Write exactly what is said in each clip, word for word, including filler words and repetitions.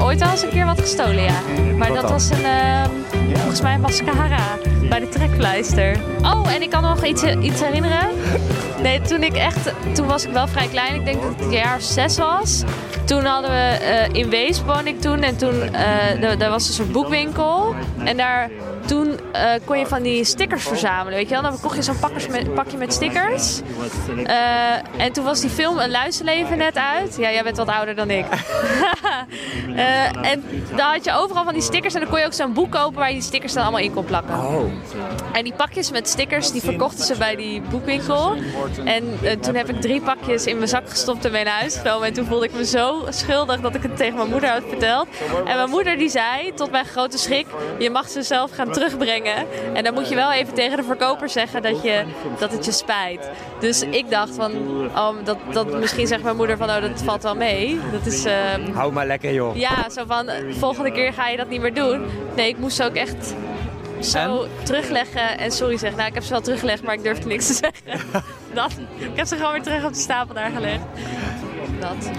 ooit al eens een keer wat gestolen, ja. Maar Wat dat dan? was een, uh, volgens mij een mascara bij de trekpleister. Oh, en ik kan nog iets, iets herinneren. Nee, toen ik echt, toen was ik wel vrij klein. Ik denk dat het een jaar of zes was. Toen hadden we, uh, in Weesp woonde ik toen. En toen, uh, daar was een soort boekwinkel. En daar, toen uh, kon je van die stickers verzamelen, weet je wel. Dan kocht je zo'n met, pakje met stickers. Uh, en toen was die film Een Luisterleven net uit. Ja, jij bent wat ouder dan ik. uh, en daar had je overal van die stickers. En dan kon je ook zo'n boek kopen waar je die stickers dan allemaal in kon plakken. Oh. En die pakjes met stickers, die verkochten ze bij die boekwinkel. En uh, toen heb ik drie pakjes in mijn zak gestopt en mee naar huis genomen. En toen voelde ik me zo schuldig dat ik het tegen mijn moeder had verteld. En mijn moeder die zei, tot mijn grote schrik, je mag ze zelf gaan terugbrengen. En dan moet je wel even tegen de verkoper zeggen dat, je, dat het je spijt. Dus ik dacht van, oh, dat, dat misschien zegt mijn moeder van, oh, dat valt wel mee. Dat is, uh, Hou maar lekker, joh. Ja, zo van, volgende keer ga je dat niet meer doen. Nee, ik moest ook echt zo en? terugleggen en sorry zeggen. Nou, ik heb ze wel teruggelegd, maar ik durfde niks te zeggen. Dat. Ik heb ze gewoon weer terug op de stapel daar gelegd. Dat.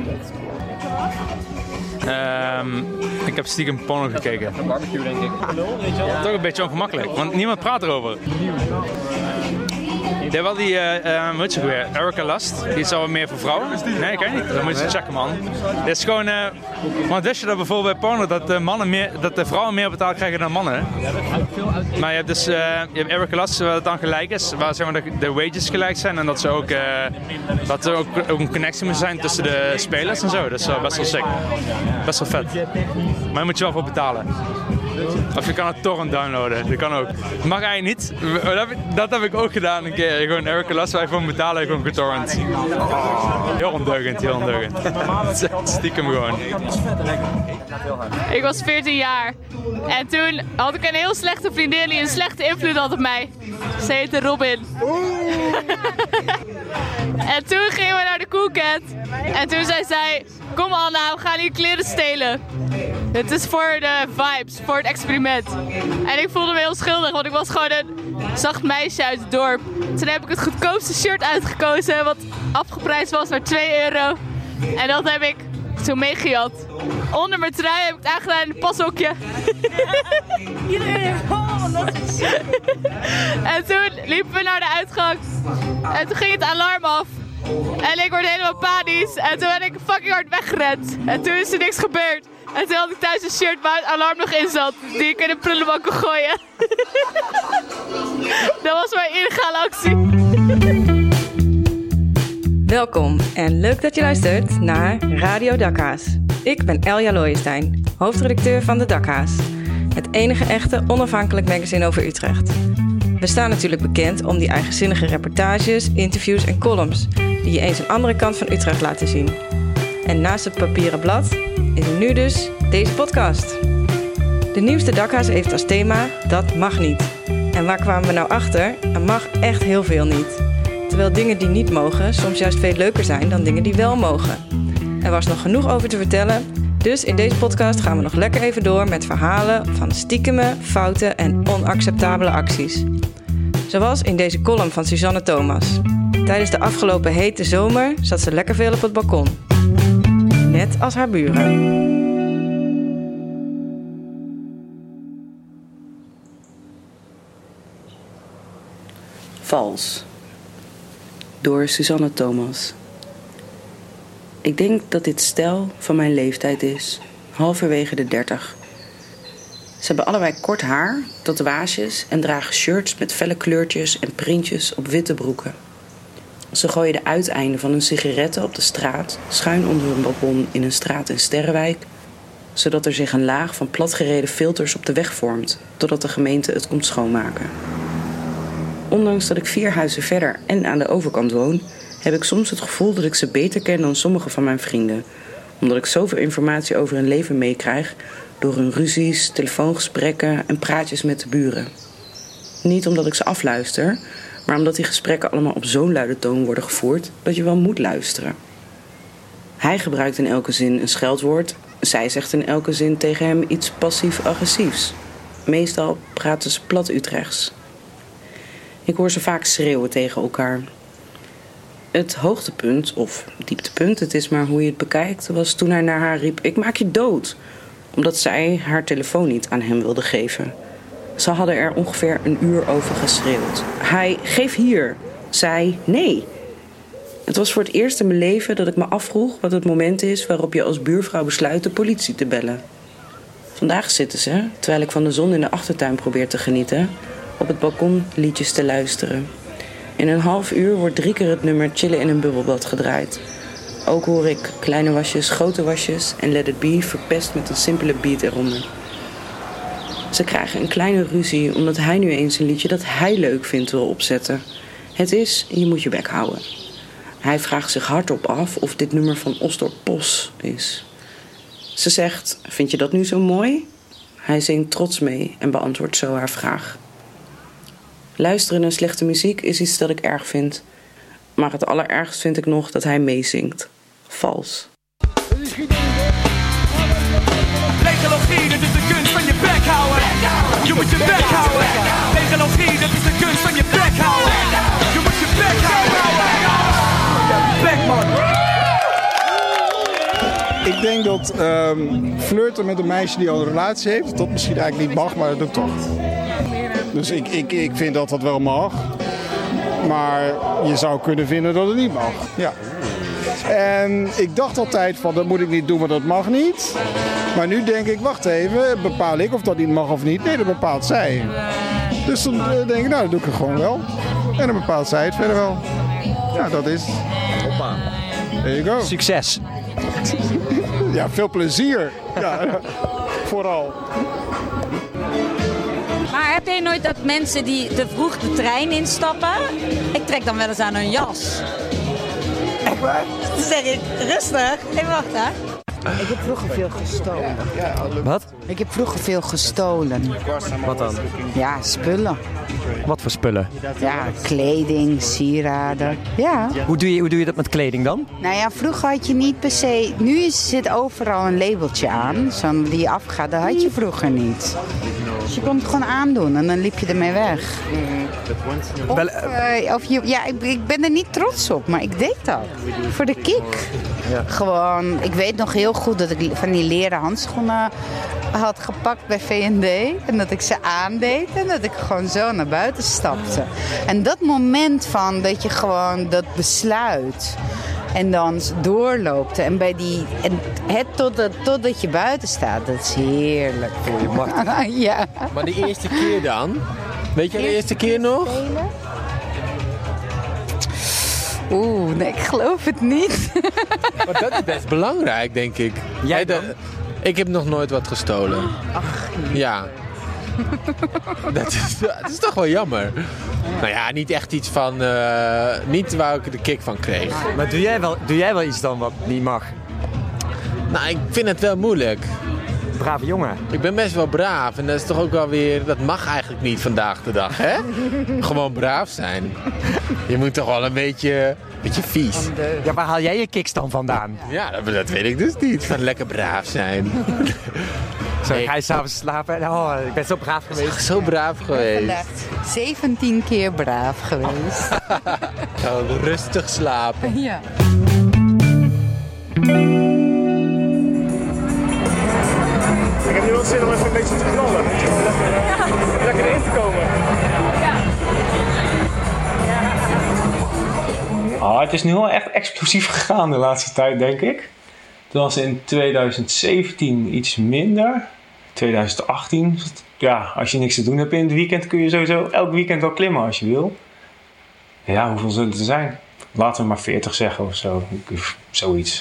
Um, ik heb stiekem porno gekeken. Een barbecue, denk ik. Toch een beetje ongemakkelijk, want niemand praat erover. Je hebt wel die, uh, uh, wat is het weer, Erica Lust. Die is al meer voor vrouwen. Nee, ik weet niet. Dat moet je checken, man. Dit is gewoon, uh, want wist je dat bijvoorbeeld bij porno dat de, mannen meer, dat de vrouwen meer betaald krijgen dan mannen? Maar je hebt dus, uh, je hebt Erica Lust waar het dan gelijk is, waar zeg maar, de, de wages gelijk zijn en dat ze ook, uh, dat er ook, ook een connectie moet zijn tussen de spelers en zo. Dat is uh, best wel sick. Best wel vet. Maar je moet je wel voor betalen. Of je kan het torrent downloaden, dat kan ook. Dat mag eigenlijk niet. Dat heb, ik, dat heb ik ook gedaan een keer. Gewoon Erica Lust, waar je voor moet betalen, gewoon getorrent. Heel ondeugend, heel ondeugend. Stiekem gewoon. Ik was veertien jaar. En toen had ik een heel slechte vriendin die een slechte invloed had op mij. Ze heette Robin. En toen gingen we naar de Coolcat. En toen zei zij, kom Anna, we gaan hier kleren stelen. Het is voor de vibes, voor het experiment. En ik voelde me heel schuldig, want ik was gewoon een zacht meisje uit het dorp. Toen heb ik het goedkoopste shirt uitgekozen, wat afgeprijsd was naar twee euro. En dat heb ik toen meegejat. Onder mijn trui heb ik het aangedaan in een pashokje. Iedereen heeft oh, dat is En toen liepen we naar de uitgang. En toen ging het alarm af. En ik word helemaal panisch. En toen ben ik fucking hard weggerend. En toen is er niks gebeurd. En toen had ik thuis een shirt waar het alarm nog in zat. Die ik in de prullenbak kon gooien. Dat was mijn illegale actie. Welkom en leuk dat je luistert naar Radio Dakhaas. Ik ben Elja Looijenstein, hoofdredacteur van de Dakhaas. Het enige echte onafhankelijk magazine over Utrecht. We staan natuurlijk bekend om die eigenzinnige reportages, interviews en columns die je eens een andere kant van Utrecht laten zien. En naast het papieren blad is er nu dus deze podcast. De nieuwste Dakhaas heeft als thema Dat mag niet. En waar kwamen we nou achter? Er mag echt heel veel niet. Terwijl dingen die niet mogen soms juist veel leuker zijn dan dingen die wel mogen. Er was nog genoeg over te vertellen, dus in deze podcast gaan we nog lekker even door met verhalen van stiekeme, foute en onacceptabele acties. Zoals in deze column van Suzanne Thomas. Tijdens de afgelopen hete zomer zat ze lekker veel op het balkon. Net als haar buren. Vals. Door Suzanne Thomas. Ik denk dat dit stel van mijn leeftijd is, halverwege de dertig. Ze hebben allebei kort haar, tatoeages en dragen shirts met felle kleurtjes en printjes op witte broeken. Ze gooien de uiteinden van hun sigaretten op de straat, schuin onder hun balkon in een straat in Sterrenwijk, zodat er zich een laag van platgereden filters op de weg vormt, totdat de gemeente het komt schoonmaken. Ondanks dat ik vier huizen verder en aan de overkant woon, heb ik soms het gevoel dat ik ze beter ken dan sommige van mijn vrienden. Omdat ik zoveel informatie over hun leven meekrijg door hun ruzies, telefoongesprekken en praatjes met de buren. Niet omdat ik ze afluister, maar omdat die gesprekken allemaal op zo'n luide toon worden gevoerd dat je wel moet luisteren. Hij gebruikt in elke zin een scheldwoord, zij zegt in elke zin tegen hem iets passief-agressiefs. Meestal praten ze plat Utrechts. Ik hoor ze vaak schreeuwen tegen elkaar. Het hoogtepunt, of dieptepunt, het is maar hoe je het bekijkt, was toen hij naar haar riep: ik maak je dood. Omdat zij haar telefoon niet aan hem wilde geven. Ze hadden er ongeveer een uur over geschreeuwd. Hij: geef hier. Zij: nee. Het was voor het eerst in mijn leven dat ik me afvroeg wat het moment is waarop je als buurvrouw besluit de politie te bellen. Vandaag zitten ze, terwijl ik van de zon in de achtertuin probeer te genieten, op het balkon liedjes te luisteren. In een half uur wordt drie keer het nummer Chillen in een bubbelbad gedraaid. Ook hoor ik kleine wasjes, grote wasjes en Let It Be verpest met een simpele beat eronder. Ze krijgen een kleine ruzie omdat hij nu eens een liedje dat hij leuk vindt wil opzetten. Het is Je moet je bek houden. Hij vraagt zich hardop af of dit nummer van Osdorp Pos is. Ze zegt: vind je dat nu zo mooi? Hij zingt trots mee en beantwoordt zo haar vraag. Luisteren naar slechte muziek is iets dat ik erg vind. Maar het allerergst vind ik nog dat hij meezingt. Vals. Legologie, dat is de kunst van je bek houden. Je moet je bek houden. Legologie, dat is de kunst van je bek houden. Je moet je bek houden. Bek, man. Ik denk dat um, flirten met een meisje die al een relatie heeft, dat misschien eigenlijk niet mag, maar dat doe ik toch. Dus ik, ik, ik vind dat dat wel mag. Maar je zou kunnen vinden dat het niet mag. Ja. En ik dacht altijd van, dat moet ik niet doen, maar dat mag niet. Maar nu denk ik, wacht even, bepaal ik of dat niet mag of niet? Nee, dat bepaalt zij. Dus dan denk ik, nou, dat doe ik het gewoon wel. En dan bepaalt zij het verder wel. Ja, dat is. Hoppa. There you go. Succes. Ja, veel plezier. Ja, vooral. Maar heb jij nooit dat mensen die te vroeg de trein instappen? Ik trek dan wel eens aan hun jas. Echt waar? Dan zeg ik, rustig, even wachten. Ik heb vroeger veel gestolen. Wat? Ik heb vroeger veel gestolen. Wat dan? Ja, spullen. Wat voor spullen? Ja, kleding, sieraden. Ja. Hoe doe je, hoe doe je dat met kleding dan? Nou ja, vroeger had je niet per se... Nu zit overal een labeltje aan, zo'n die je afgaat. Dat had je vroeger niet. Dus je kon het gewoon aandoen en dan liep je ermee weg. Of, uh, of je, ja, ik, ik ben er niet trots op, maar ik deed dat. Voor de kick. Ja. Gewoon, ik weet nog heel goed dat ik van die leren handschoenen had gepakt bij V en D. En dat ik ze aandeed en dat ik gewoon zo naar buiten stapte. En dat moment van dat je gewoon dat besluit en dan doorloopt. En bij die, en het totdat, totdat je buiten staat, dat is heerlijk. Ja. Maar de eerste keer dan? Weet je de eerste keer nog? Oeh, nee, ik geloof het niet. Maar dat is best belangrijk, denk ik. Jij dan? Ik heb nog nooit wat gestolen. Ach, ja. dat, is, dat is toch wel jammer. Nou ja, niet echt iets van... Uh, niet waar ik de kick van kreeg. Maar doe jij wel, doe jij wel iets dan wat niet mag? Nou, ik vind het wel moeilijk. Brave jongen. Ik ben best wel braaf. En dat is toch ook wel weer... Dat mag eigenlijk niet vandaag de dag, hè? Gewoon braaf zijn. Je moet toch wel een beetje... Beetje vies. Ja, waar haal jij je kicks dan vandaan? Ja, dat, dat weet ik dus niet. Van lekker braaf zijn. Zo, ga je s'avonds slapen? Oh, ik ben zo braaf geweest. Zo braaf geweest. zeventien keer braaf geweest. Gewoon rustig slapen. Ja. Ik heb nu wel zin om even een beetje te knallen. Lekker, lekker erin te komen. Oh, het is nu wel echt explosief gegaan de laatste tijd, denk ik. Het was in twintig zeventien iets minder. twintig achttien, ja, als je niks te doen hebt in het weekend kun je sowieso elk weekend wel klimmen als je wil. Ja, hoeveel zullen het er zijn? Laten we maar veertig zeggen of zo. Zoiets.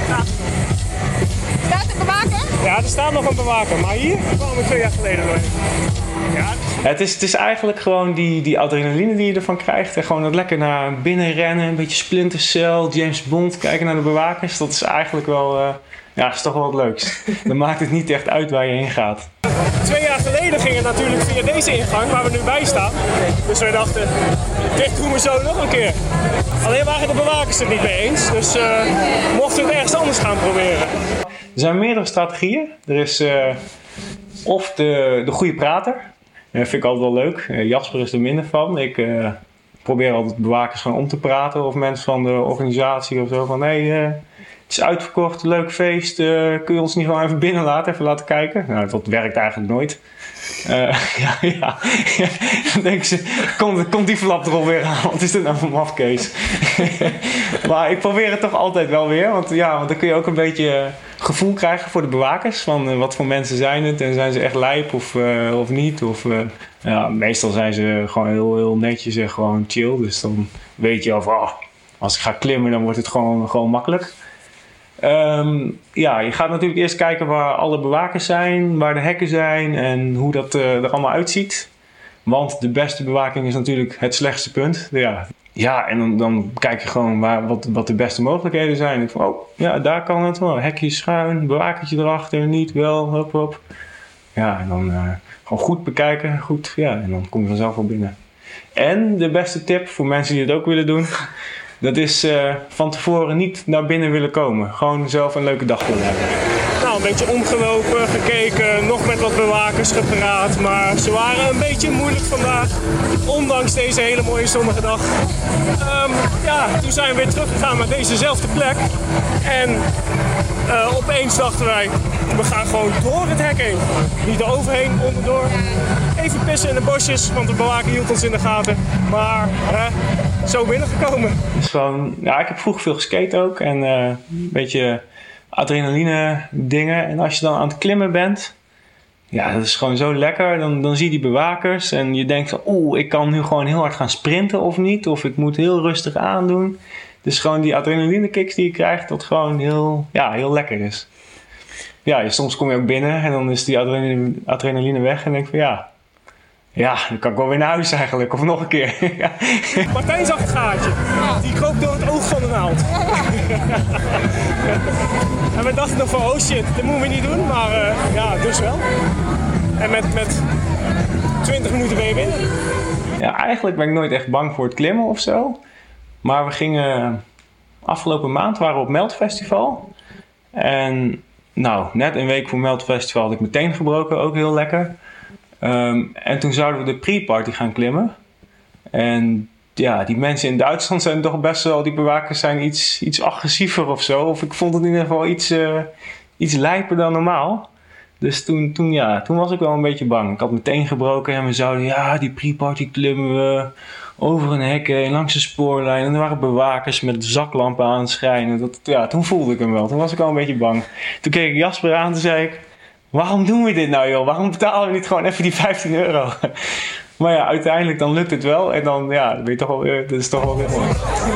Staat er bewaker? Ja, er staat nog een bewaker, maar hier kwamen we twee jaar geleden door. Ja, het is, het is eigenlijk gewoon die, die adrenaline die je ervan krijgt. En gewoon dat lekker naar binnen rennen, een beetje Splinter Cell, James Bond, kijken naar de bewakers. Dat is eigenlijk wel, uh, ja, is toch wel het leukst. Dan maakt het niet echt uit waar je heen gaat. Twee jaar geleden ging het natuurlijk via deze ingang waar we nu bij staan. Dus wij dachten, dit doen we zo nog een keer. Alleen waren de bewakers het niet mee eens. Dus uh, mochten we het ergens anders gaan proberen. Er zijn meerdere strategieën. Er is uh, of de, de goede prater. Dat vind ik altijd wel leuk. Uh, Jasper is er minder van. Ik, uh, probeer altijd bewakers gewoon om te praten. Of mensen van de organisatie of zo. Van hé, hey, uh, het is uitverkocht, leuk feest. Uh, kun je ons niet gewoon even binnen laten, even laten kijken? Nou, dat werkt eigenlijk nooit. Uh, ja, ja. Dan denken ze, komt, komt die flap er alweer aan? Wat is dit nou voor mafkees? Maar ik probeer het toch altijd wel weer. Want, ja, want dan kun je ook een beetje gevoel krijgen voor de bewakers. Van uh, wat voor mensen zijn het? En zijn ze echt lijp of, uh, of niet? Of, uh, ja, meestal zijn ze gewoon heel, heel netjes en gewoon chill. Dus dan weet je al van, oh, als ik ga klimmen dan wordt het gewoon, gewoon makkelijk. Um, ja, je gaat natuurlijk eerst kijken waar alle bewakers zijn, waar de hekken zijn en hoe dat uh, er allemaal uitziet. Want de beste bewaking is natuurlijk het slechtste punt. Ja, ja en dan, dan kijk je gewoon waar, wat, wat de beste mogelijkheden zijn. Ik van, oh, ja, daar kan het wel. Hekje schuin, bewakertje erachter, niet, wel, hop, hop. Ja, en dan uh, gewoon goed bekijken, goed, ja, en dan kom je vanzelf wel binnen. En de beste tip voor mensen die het ook willen doen... Dat is uh, van tevoren niet naar binnen willen komen. Gewoon zelf een leuke dag willen hebben. Nou, een beetje omgelopen, gekeken, nog met wat bewakers gepraat. Maar ze waren een beetje moeilijk vandaag. Ondanks deze hele mooie zonnige dag. Um, ja, toen zijn we weer teruggegaan naar dezezelfde plek. En uh, opeens dachten wij, we gaan gewoon door het hek heen. Niet eroverheen, onderdoor. Even pissen in de bosjes, want de bewaker hield ons in de gaten. Maar uh, zo binnengekomen. Het is gewoon, ja, ik heb vroeger veel geskate ook. En uh, een beetje adrenaline dingen. En als je dan aan het klimmen bent... Ja, dat is gewoon zo lekker. Dan, dan zie je die bewakers en je denkt van... Oeh, ik kan nu gewoon heel hard gaan sprinten of niet. Of ik moet heel rustig aandoen. Dus gewoon die adrenaline kicks die je krijgt... Dat gewoon heel, ja, heel lekker is. Ja, soms kom je ook binnen en dan is die adrenaline, adrenaline weg. En denk van ja... Ja, dan kan ik wel weer naar huis eigenlijk. Of nog een keer. Martijn zag het gaatje. Die kroop door het oog van de naald. En we dachten nog van, oh shit, dat moeten we niet doen. Maar uh, ja, dus wel. En met, met twintig minuten ben je binnen. Ja, eigenlijk ben ik nooit echt bang voor het klimmen of zo. Maar we gingen... Afgelopen maand waren we op Meltfestival. En nou, net een week voor Meltfestival had ik meteen gebroken. Ook heel lekker. Um, en toen zouden we de pre-party gaan klimmen. En ja, die mensen in Duitsland zijn toch best wel... Die bewakers zijn iets, iets agressiever of zo. Of ik vond het in ieder geval iets, uh, iets lijper dan normaal. Dus toen, toen, ja, toen was ik wel een beetje bang. Ik had meteen gebroken en we zouden... Ja, die pre-party klimmen we over een hek heen, langs de spoorlijn. En er waren bewakers met zaklampen aan het schijnen. Dat, ja, toen voelde ik hem wel. Toen was ik al een beetje bang. Toen keek ik Jasper aan en zei ik... Waarom doen we dit nou joh? Waarom betalen we niet gewoon even die vijftien euro? Maar ja, uiteindelijk dan lukt het wel. En dan, ja, dan ben je toch wel weer, dat is toch wel weer mooi.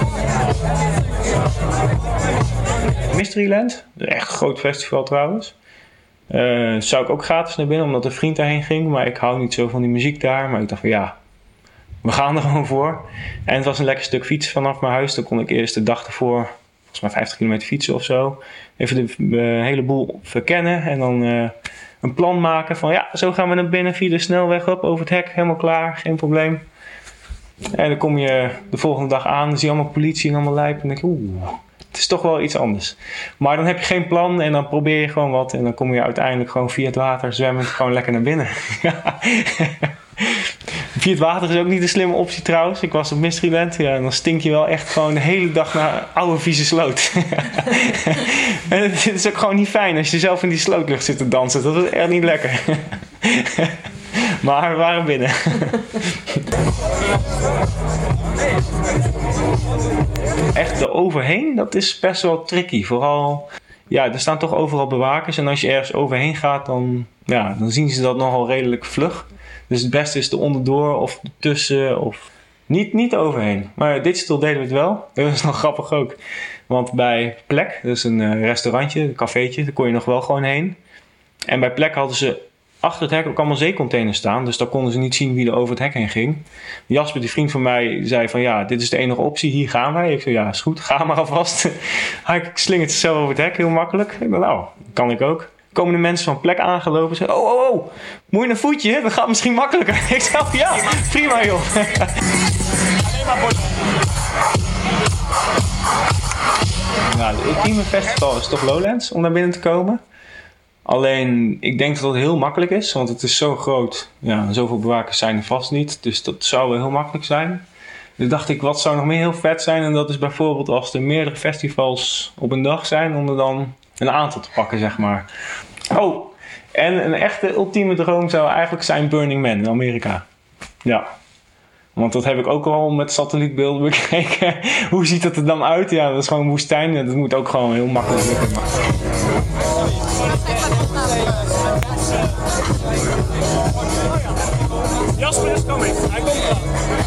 Mysteryland, echt een groot festival trouwens. Uh, zou ik ook gratis naar binnen, omdat een vriend daarheen ging. Maar ik hou niet zo van die muziek daar. Maar ik dacht van ja, we gaan er gewoon voor. En het was een lekker stuk fietsen vanaf mijn huis. Dan kon ik eerst de dag ervoor... volgens mij vijftig kilometer fietsen of zo. Even de uh, hele boel verkennen. En dan uh, een plan maken van... ja, zo gaan we naar binnen via de snelweg op. Over het hek, helemaal klaar. Geen probleem. En dan kom je de volgende dag aan. Dan zie je allemaal politie en allemaal lijp. En dan denk je, oeh, het is toch wel iets anders. Maar dan heb je geen plan. En dan probeer je gewoon wat. En dan kom je uiteindelijk gewoon via het water zwemmend... gewoon lekker naar binnen. Via het water is ook niet een slimme optie trouwens. Ik was op Mysteryland. Ja, en dan stink je wel echt gewoon de hele dag naar oude vieze sloot. En het is ook gewoon niet fijn als je zelf in die slootlucht zit te dansen. Dat is echt niet lekker. Maar we waren binnen. Echt er overheen, dat is best wel tricky. Vooral, ja, er staan toch overal bewakers. En als je ergens overheen gaat, dan, ja, dan zien ze dat nogal redelijk vlug. Dus het beste is er onderdoor of ertussen of niet, niet overheen. Maar digital deden we het wel. Dat is nog grappig ook. Want bij Plek, dat is een uh, restaurantje, een cafeetje, daar kon je nog wel gewoon heen. En bij Plek hadden ze achter het hek ook allemaal zeecontainers staan. Dus daar konden ze niet zien wie er over het hek heen ging. Jasper, die vriend van mij, zei van ja, dit is de enige optie, hier gaan wij. Ik zei ja, is goed, ga maar alvast. Hij slingert zichzelf over het hek, heel makkelijk. Ik dacht, nou, kan ik ook. Komen de mensen van Plek aangelopen en zeggen, oh, oh, oh, moet je een voetje? Dat gaat misschien makkelijker. Ik zei, ja, prima joh. Nou, het ultieme festival is toch Lowlands om naar binnen te komen. Alleen, ik denk dat dat heel makkelijk is, want het is zo groot. Ja, zoveel bewakers zijn er vast niet, dus dat zou wel heel makkelijk zijn. Dus dacht ik, wat zou nog meer heel vet zijn? En dat is bijvoorbeeld als er meerdere festivals op een dag zijn, om er dan een aantal te pakken, zeg maar. Oh, en een echte ultieme droom zou eigenlijk zijn Burning Man in Amerika. Ja. Want dat heb ik ook al met satellietbeelden bekeken. Hoe ziet dat er dan uit? Ja, dat is gewoon woestijn. Dat moet ook gewoon heel makkelijk lukken. Jasper is coming. Hij komt eraan.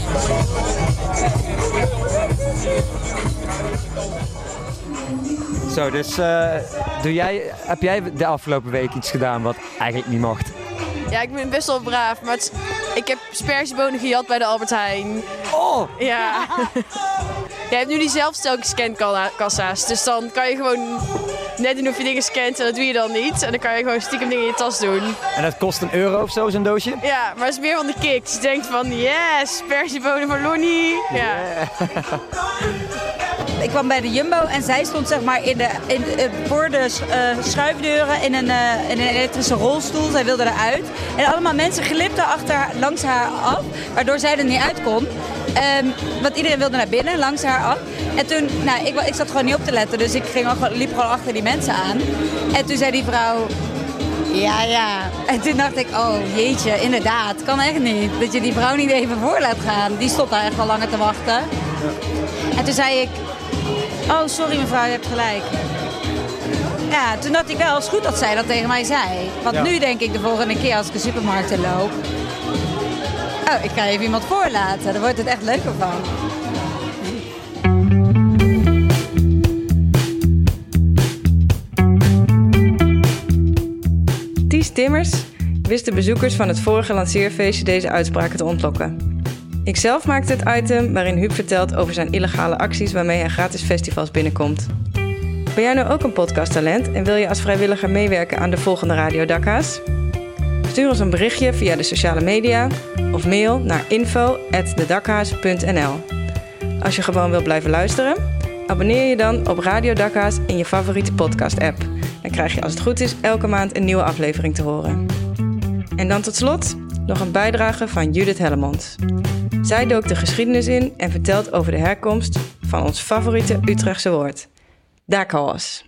Zo, dus uh, doe jij, heb jij de afgelopen week iets gedaan wat eigenlijk niet mocht? Ja, ik ben best wel braaf, maar het, ik heb sperziebonen gejat bij de Albert Heijn. Oh! Ja. Je hebt nu die zelfscankassa's, dus dan kan je gewoon net doen of je dingen scant en dat doe je dan niet. En dan kan je gewoon stiekem dingen in je tas doen. En dat kost een euro of zo, zo'n doosje? Ja, maar het is meer van de kick. Dus je denkt van, yes, sperziebonen voor Lonnie. Ja. Yeah. Ik kwam bij de Jumbo en zij stond zeg maar in de, in, uh, voor de uh, schuifdeuren in een, uh, in een elektrische rolstoel. Zij wilde eruit. En allemaal mensen glipten achter haar, langs haar af, waardoor zij er niet uit kon. Um, want iedereen wilde naar binnen, langs haar af. En toen, nou, ik, ik zat gewoon niet op te letten, dus ik ging al, liep gewoon achter die mensen aan. En toen zei die vrouw, ja, ja. En toen dacht ik, oh jeetje, inderdaad, kan echt niet. Dat je die vrouw niet even voor laat gaan. Die stond daar echt al langer te wachten. Ja. En toen zei ik, oh sorry mevrouw, je hebt gelijk. Ja, toen dacht ik wel, het is goed dat zij dat tegen mij zei. Want ja. Nu denk ik de volgende keer als ik de supermarkt in loop, oh, ik ga even iemand voorlaten. Daar wordt het echt leuker van. Ties Timmers wist de bezoekers van het vorige lanceerfeestje deze uitspraken te ontlokken. Ikzelf maakte het item waarin Huub vertelt over zijn illegale acties waarmee hij gratis festivals binnenkomt. Ben jij nou ook een podcasttalent en wil je als vrijwilliger meewerken aan de volgende Radio Dakka's? Stuur ons een berichtje via de sociale media of mail naar info at de dakka's punt n l. Als je gewoon wil blijven luisteren, abonneer je dan op Radio Dakka's in je favoriete podcast-app. Dan krijg je als het goed is elke maand een nieuwe aflevering te horen. En dan tot slot nog een bijdrage van Judith Hellemond. Zij dook de geschiedenis in en vertelt over de herkomst van ons favoriete Utrechtse woord. Dakhaas.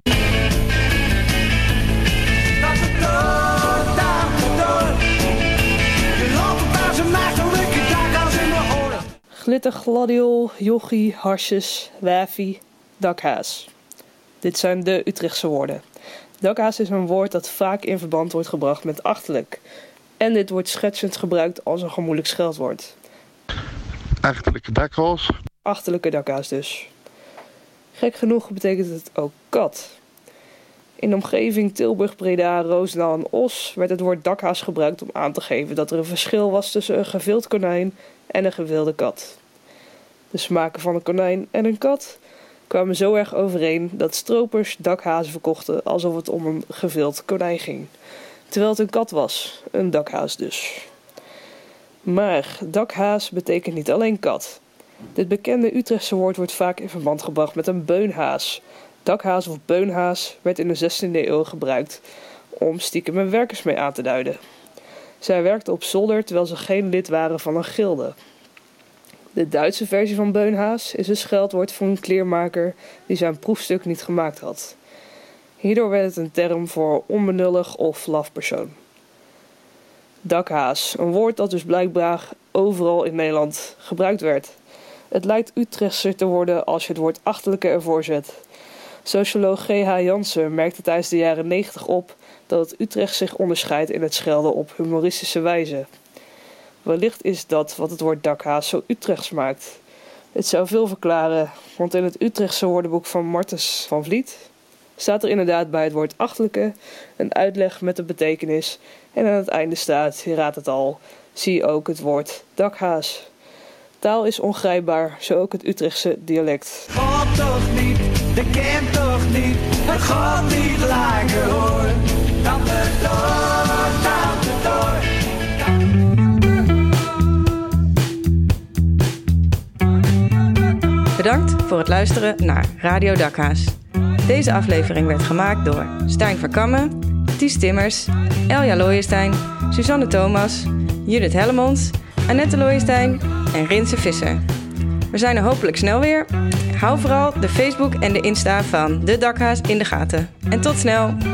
Glitter, gladiol, jochie, harsjes, wafie, dakhaas. Dit zijn de Utrechtse woorden. Dakhaas is een woord dat vaak in verband wordt gebracht met achterlijk. En dit wordt schetsend gebruikt als een gemoedelijk scheldwoord. Achterlijke dakhaas. Achterlijke dakhaas dus. Gek genoeg betekent het ook kat. In de omgeving Tilburg, Breda, Roosendaal en Os werd het woord dakhaas gebruikt om aan te geven dat er een verschil was tussen een gevild konijn en een gewilde kat. De smaken van een konijn en een kat kwamen zo erg overeen dat stropers dakhazen verkochten alsof het om een gevild konijn ging. Terwijl het een kat was, een dakhaas dus. Maar dakhaas betekent niet alleen kat. Dit bekende Utrechtse woord wordt vaak in verband gebracht met een beunhaas. Dakhaas of beunhaas werd in de zestiende eeuw gebruikt om stiekem een werkers mee aan te duiden. Zij werkten op zolder terwijl ze geen lid waren van een gilde. De Duitse versie van beunhaas is een scheldwoord voor een kleermaker die zijn proefstuk niet gemaakt had. Hierdoor werd het een term voor onbenullig of laf persoon. Dakhaas, een woord dat dus blijkbaar overal in Nederland gebruikt werd. Het lijkt Utrechtser te worden als je het woord achterlijke ervoor zet. Socioloog G H Jansen merkte tijdens de jaren negentig op dat het Utrecht zich onderscheidt in het schelden op humoristische wijze. Wellicht is dat wat het woord dakhaas zo Utrechts maakt. Het zou veel verklaren, want in het Utrechtse woordenboek van Martens van Vliet staat er inderdaad bij het woord achterlijke een uitleg met de betekenis en aan het einde staat, je raadt het al, zie ook het woord dakhaas. Taal is ongrijpbaar, zo ook het Utrechtse dialect. God toch niet, de kind toch niet, het gaat niet lager hoor. Dan de door, dan de door. Bedankt voor het luisteren naar Radio Dakka's. Deze aflevering werd gemaakt door Stijn Verkammen, Ties Timmers, Elja Looijenstein, Suzanne Thomas, Judith Hellemons, Annette Looijenstein en Rinse Visser. We zijn er hopelijk snel weer. Hou vooral de Facebook en de Insta van De Dakhaas in de gaten. En tot snel!